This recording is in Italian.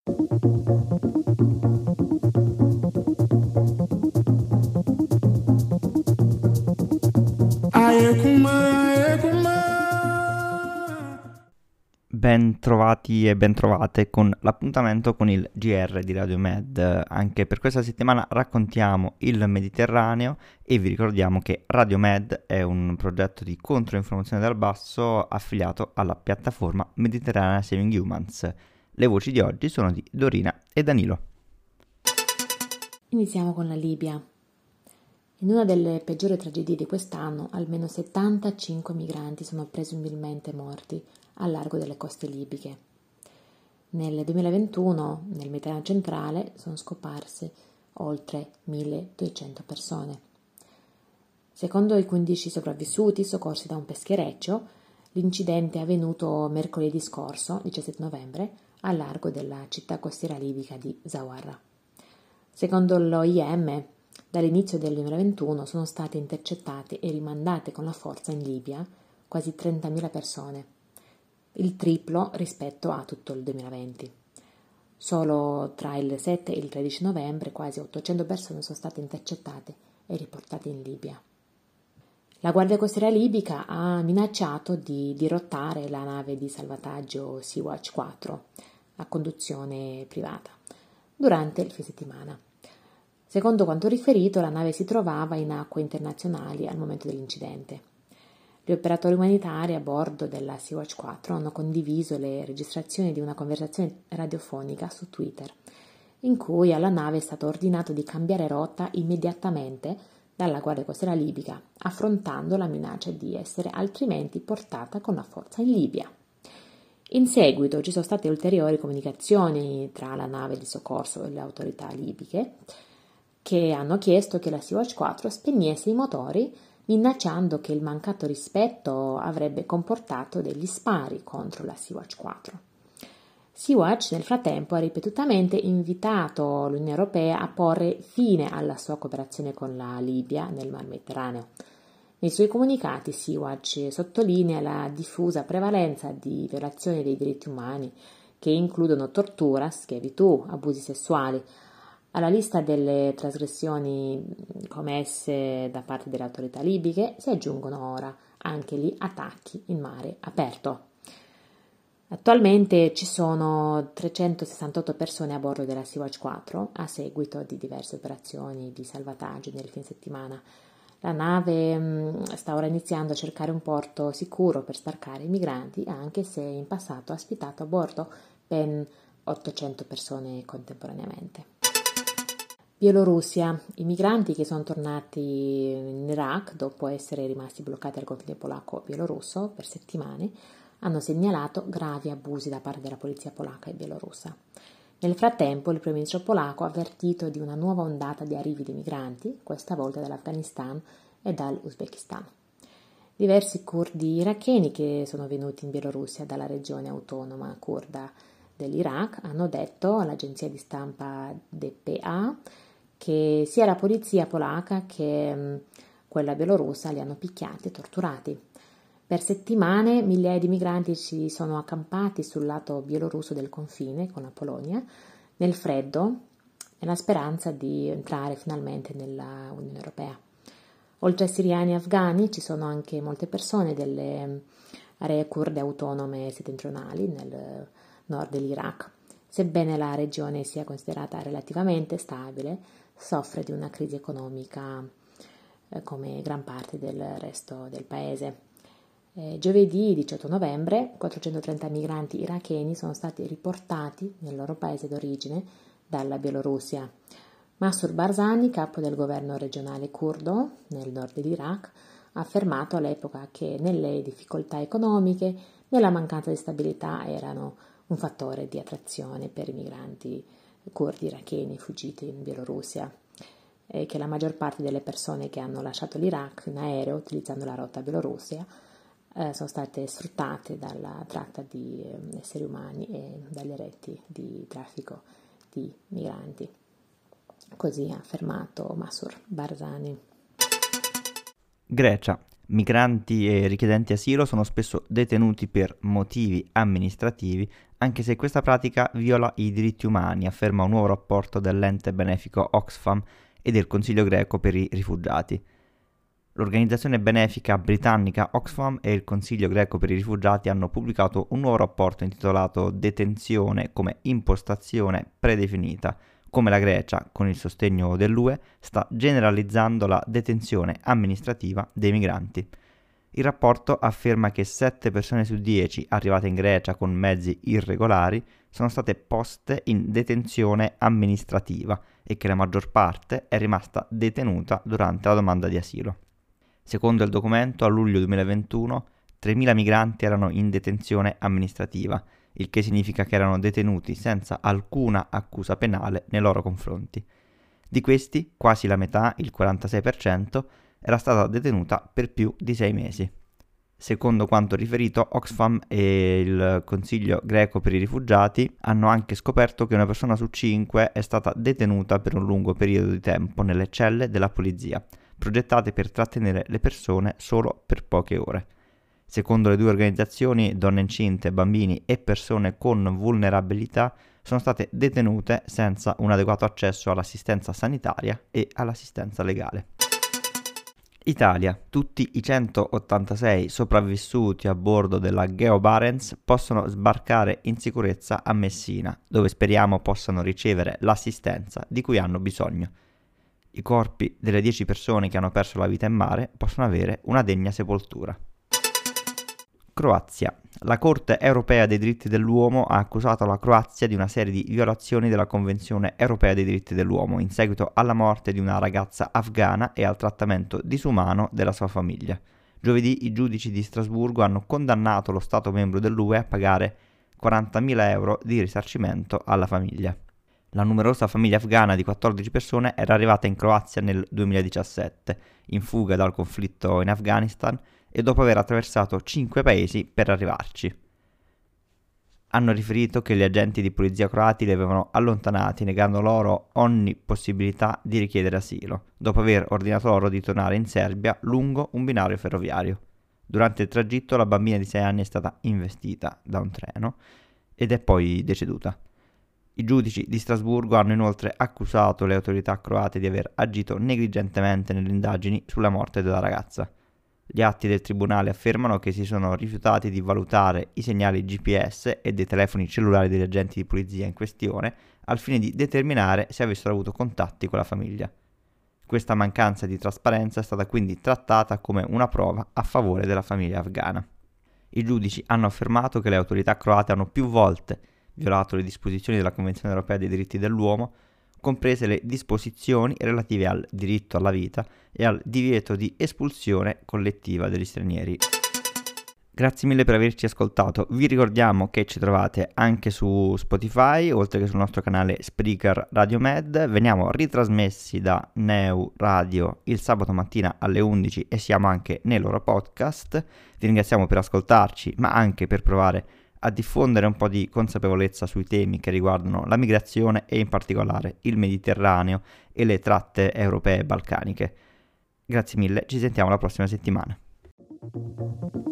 Ben trovati e ben trovate con l'appuntamento con il GR di Radio Med. Anche per questa settimana raccontiamo il Mediterraneo e vi ricordiamo che Radio Med è un progetto di controinformazione dal basso affiliato alla piattaforma Mediterranea Saving Humans. Le voci di oggi sono di Dorina e Danilo. Iniziamo con la Libia. In una delle peggiori tragedie di quest'anno, almeno 75 migranti sono presumibilmente morti al largo delle coste libiche. Nel 2021, nel Mediterraneo centrale, sono scomparse oltre 1200 persone. Secondo i 15 sopravvissuti soccorsi da un peschereccio, l'incidente è avvenuto mercoledì scorso, 17 novembre, al largo della città costiera libica di Zawarra. Secondo l'OIM, dall'inizio del 2021 sono state intercettate e rimandate con la forza in Libia quasi 30.000 persone, il triplo rispetto a tutto il 2020. Solo tra il 7 e il 13 novembre quasi 800 persone sono state intercettate e riportate in Libia. La Guardia Costiera libica ha minacciato di dirottare la nave di salvataggio Sea-Watch 4 a conduzione privata durante il fine settimana. Secondo quanto riferito, la nave si trovava in acque internazionali al momento dell'incidente. Gli operatori umanitari a bordo della Sea-Watch 4 hanno condiviso le registrazioni di una conversazione radiofonica su Twitter, in cui alla nave è stato ordinato di cambiare rotta immediatamente dalla Guardia Costiera libica, affrontando la minaccia di essere altrimenti portata con la forza in Libia. In seguito ci sono state ulteriori comunicazioni tra la nave di soccorso e le autorità libiche, che hanno chiesto che la Sea-Watch 4 spegnesse i motori, minacciando che il mancato rispetto avrebbe comportato degli spari contro la Sea-Watch 4. Sea-Watch nel frattempo ha ripetutamente invitato l'Unione Europea a porre fine alla sua cooperazione con la Libia nel Mar Mediterraneo. Nei suoi comunicati Sea-Watch sottolinea la diffusa prevalenza di violazioni dei diritti umani, che includono tortura, schiavitù, abusi sessuali. Alla lista delle trasgressioni commesse da parte delle autorità libiche si aggiungono ora anche gli attacchi in mare aperto. Attualmente ci sono 368 persone a bordo della Sea-Watch 4 a seguito di diverse operazioni di salvataggio nel fine settimana. La nave sta ora iniziando a cercare un porto sicuro per sbarcare i migranti, anche se in passato ha ospitato a bordo ben 800 persone contemporaneamente. Bielorussia. I migranti che sono tornati in Iraq dopo essere rimasti bloccati al confine polacco-bielorusso per settimane hanno segnalato gravi abusi da parte della polizia polacca e bielorussa. Nel frattempo il primo ministro polacco ha avvertito di una nuova ondata di arrivi di migranti, questa volta dall'Afghanistan e dall'Uzbekistan. Diversi curdi iracheni che sono venuti in Bielorussia dalla regione autonoma curda dell'Iraq hanno detto all'agenzia di stampa DPA che sia la polizia polacca che quella bielorussa li hanno picchiati e torturati. Per settimane migliaia di migranti si sono accampati sul lato bielorusso del confine con la Polonia, nel freddo, nella speranza di entrare finalmente nella Unione Europea. Oltre ai siriani e afghani ci sono anche molte persone delle aree kurde autonome settentrionali nel nord dell'Iraq. Sebbene la regione sia considerata relativamente stabile, soffre di una crisi economica come gran parte del resto del paese. Giovedì 18 novembre 430 migranti iracheni sono stati riportati nel loro paese d'origine dalla Bielorussia. Massour Barzani, capo del governo regionale curdo nel nord dell'Iraq, ha affermato all'epoca che né le difficoltà economiche né la mancanza di stabilità erano un fattore di attrazione per i migranti curdi iracheni fuggiti in Bielorussia e che la maggior parte delle persone che hanno lasciato l'Iraq in aereo utilizzando la rotta Bielorussia sono state sfruttate dalla tratta di esseri umani e dalle reti di traffico di migranti. Così ha affermato Massour Barzani. Grecia. Migranti e richiedenti asilo sono spesso detenuti per motivi amministrativi, anche se questa pratica viola i diritti umani, afferma un nuovo rapporto dell'ente benefico Oxfam e del Consiglio greco per i rifugiati. L'organizzazione benefica britannica Oxfam e il Consiglio greco per i rifugiati hanno pubblicato un nuovo rapporto intitolato Detenzione come impostazione predefinita, come la Grecia, con il sostegno dell'UE, sta generalizzando la detenzione amministrativa dei migranti. Il rapporto afferma che 7 persone su 10 arrivate in Grecia con mezzi irregolari sono state poste in detenzione amministrativa e che la maggior parte è rimasta detenuta durante la domanda di asilo. Secondo il documento, a luglio 2021, 3.000 migranti erano in detenzione amministrativa, il che significa che erano detenuti senza alcuna accusa penale nei loro confronti. Di questi, quasi la metà, il 46%, era stata detenuta per più di 6 mesi. Secondo quanto riferito, Oxfam e il Consiglio greco per i rifugiati hanno anche scoperto che una persona su 5 è stata detenuta per un lungo periodo di tempo nelle celle della polizia, progettate per trattenere le persone solo per poche ore. Secondo le due organizzazioni, donne incinte, bambini e persone con vulnerabilità sono state detenute senza un adeguato accesso all'assistenza sanitaria e all'assistenza legale. Italia. Tutti i 186 sopravvissuti a bordo della Geo Barents possono sbarcare in sicurezza a Messina, dove speriamo possano ricevere l'assistenza di cui hanno bisogno. I corpi delle 10 persone che hanno perso la vita in mare possono avere una degna sepoltura. Croazia. La Corte europea dei diritti dell'uomo ha accusato la Croazia di una serie di violazioni della Convenzione europea dei diritti dell'uomo in seguito alla morte di una ragazza afghana e al trattamento disumano della sua famiglia. Giovedì i giudici di Strasburgo hanno condannato lo Stato membro dell'UE a pagare 40.000 euro di risarcimento alla famiglia. La numerosa famiglia afghana di 14 persone era arrivata in Croazia nel 2017, in fuga dal conflitto in Afghanistan, e dopo aver attraversato 5 paesi per arrivarci. Hanno riferito che gli agenti di polizia croati li avevano allontanati, negando loro ogni possibilità di richiedere asilo, dopo aver ordinato loro di tornare in Serbia lungo un binario ferroviario. Durante il tragitto la bambina di 6 anni è stata investita da un treno ed è poi deceduta. I giudici di Strasburgo hanno inoltre accusato le autorità croate di aver agito negligentemente nelle indagini sulla morte della ragazza. Gli atti del tribunale affermano che si sono rifiutati di valutare i segnali GPS e dei telefoni cellulari degli agenti di polizia in questione al fine di determinare se avessero avuto contatti con la famiglia. Questa mancanza di trasparenza è stata quindi trattata come una prova a favore della famiglia afghana. I giudici hanno affermato che le autorità croate hanno più volte violato le disposizioni della Convenzione europea dei diritti dell'uomo, comprese le disposizioni relative al diritto alla vita e al divieto di espulsione collettiva degli stranieri. Grazie mille per averci ascoltato, vi ricordiamo che ci trovate anche su Spotify, oltre che sul nostro canale Spreaker Radio Med, veniamo ritrasmessi da Neu Radio il sabato mattina alle 11 e siamo anche nei loro podcast. Vi ringraziamo per ascoltarci, ma anche per provare a diffondere un po' di consapevolezza sui temi che riguardano la migrazione e in particolare il Mediterraneo e le tratte europee e balcaniche. Grazie mille, ci sentiamo la prossima settimana.